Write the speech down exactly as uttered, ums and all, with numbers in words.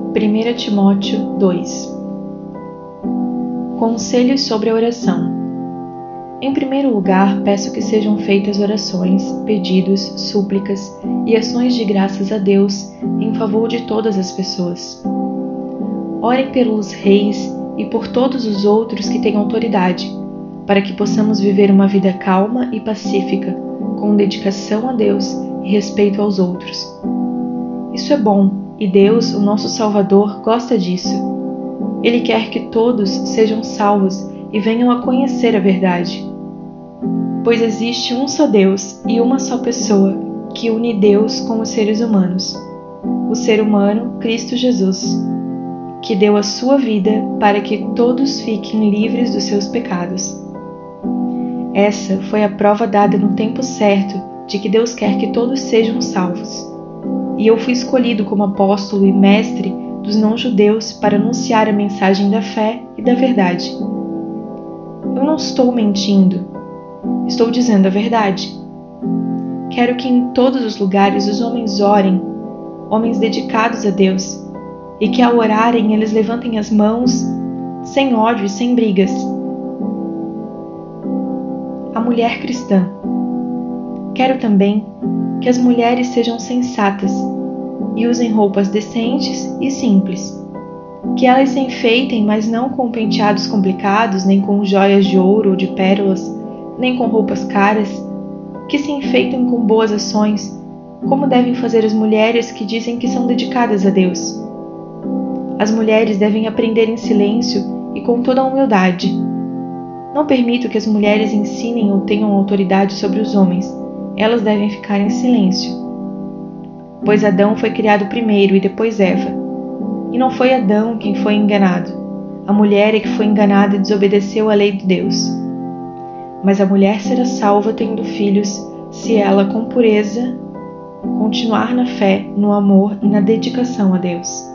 primeiro Timóteo dois. Conselhos sobre a oração. Em primeiro lugar, peço que sejam feitas orações, pedidos, súplicas e ações de graças a Deus em favor de todas as pessoas. Orem pelos reis e por todos os outros que têm autoridade, para que possamos viver uma vida calma e pacífica, com dedicação a Deus e respeito aos outros. Isso é bom, e Deus, o nosso Salvador, gosta disso. Ele quer que todos sejam salvos e venham a conhecer a verdade. Pois existe um só Deus e uma só pessoa que une Deus com os seres humanos, o ser humano Cristo Jesus, que deu a sua vida para que todos fiquem livres dos seus pecados. Essa foi a prova dada no tempo certo de que Deus quer que todos sejam salvos. E eu fui escolhido como apóstolo e mestre dos não-judeus para anunciar a mensagem da fé e da verdade. Eu não estou mentindo, estou dizendo a verdade. Quero que em todos os lugares os homens orem, homens dedicados a Deus, e que ao orarem eles levantem as mãos, sem ódio e sem brigas. A mulher cristã. Quero também que as mulheres sejam sensatas e usem roupas decentes e simples. Que elas se enfeitem, mas não com penteados complicados, nem com joias de ouro ou de pérolas, nem com roupas caras. Que se enfeitem com boas ações, como devem fazer as mulheres que dizem que são dedicadas a Deus. As mulheres devem aprender em silêncio e com toda a humildade. Não permito que as mulheres ensinem ou tenham autoridade sobre os homens. Elas devem ficar em silêncio. Pois Adão foi criado primeiro e depois Eva. E não foi Adão quem foi enganado. A mulher é que foi enganada e desobedeceu à lei de Deus. Mas a mulher será salva tendo filhos, se ela, com pureza, continuar na fé, no amor e na dedicação a Deus.